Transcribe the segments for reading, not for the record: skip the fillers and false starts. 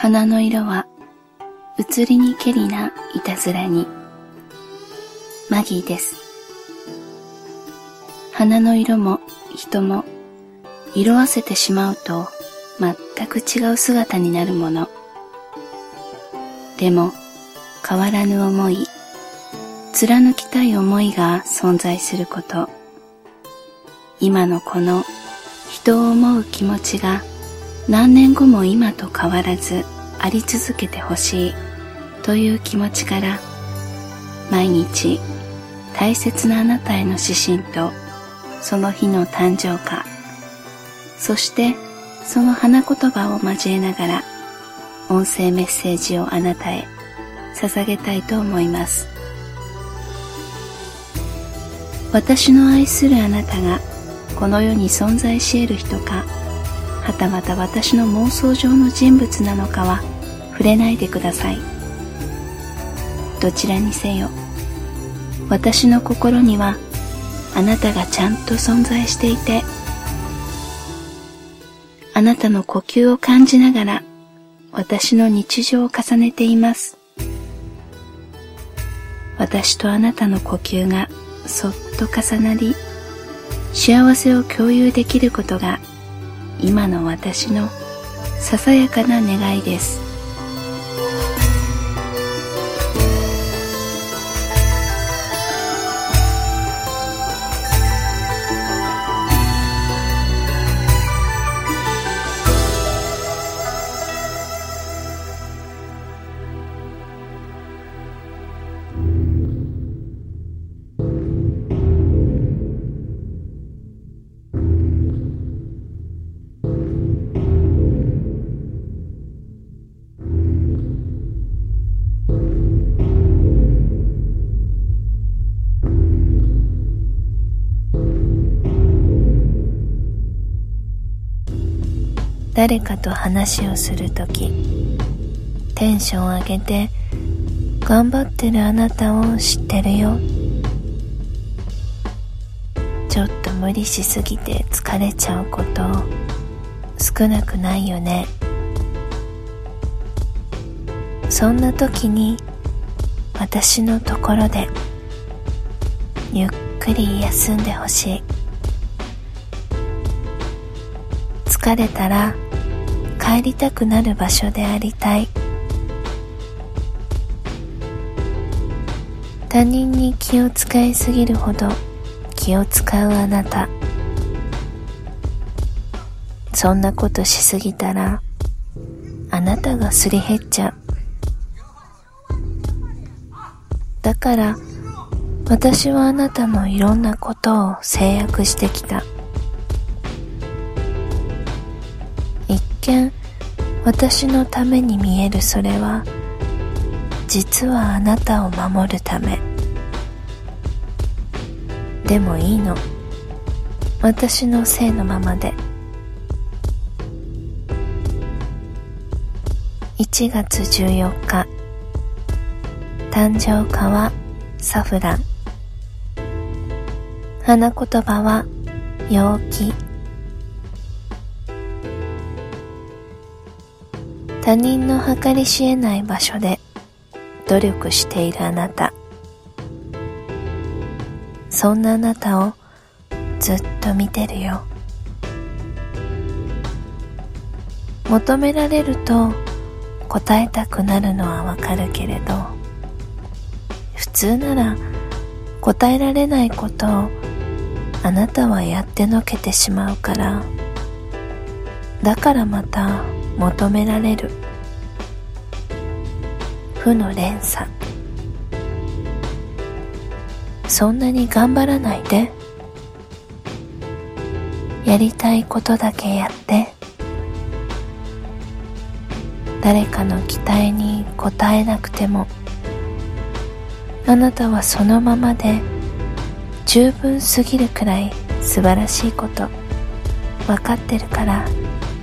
花の色は移りにけりないたずらに。マギーです。花の色も人も色あせてしまうと全く違う姿になるもの。でも変わらぬ思い、貫きたい思いが存在すること。今のこの人を思う気持ちが何年後も今と変わらずあり続けてほしいという気持ちから、毎日大切なあなたへの指針とその日の誕生花、そしてその花言葉を交えながら音声メッセージをあなたへ捧げたいと思います。私の愛するあなたがこの世に存在し得る人か、はたまた私の妄想上の人物なのかは触れないでください。どちらにせよ、私の心にはあなたがちゃんと存在していて、あなたの呼吸を感じながら私の日常を重ねています。私とあなたの呼吸がそっと重なり、幸せを共有できることが今の私のささやかな願いです。誰かと話をするとき、テンション上げて頑張ってるあなたを知ってるよ。ちょっと無理しすぎて疲れちゃうこと少なくないよね。そんな時に私のところでゆっくり休んでほしい。疲れたら帰りたくなる場所でありたい。他人に気を使いすぎるほど気を使うあなた。そんなことしすぎたらあなたがすり減っちゃう。だから私はあなたのいろんなことを制約してきた。一見私のために見えるそれは実はあなたを守るため。でもいいの、私のせいのままで。1月14日、誕生花はサフラン。花言葉は陽気。他人の計り知れない場所で努力しているあなた。そんなあなたをずっと見てるよ。求められると答えたくなるのはわかるけれど、普通なら答えられないことをあなたはやってのけてしまうから、だからまた求められる。負の連鎖。そんなに頑張らないで。やりたいことだけやって。誰かの期待に応えなくても、あなたはそのままで十分すぎるくらい素晴らしいこと分かってるから。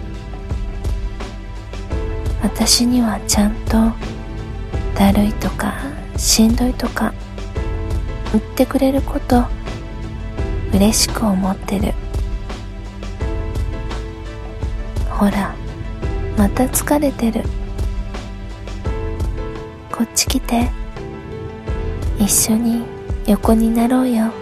私にはちゃんとだるいとかしんどいとか言ってくれること嬉しく思ってる。ほら、また疲れてる。 こっち来て。一緒に横になろうよ。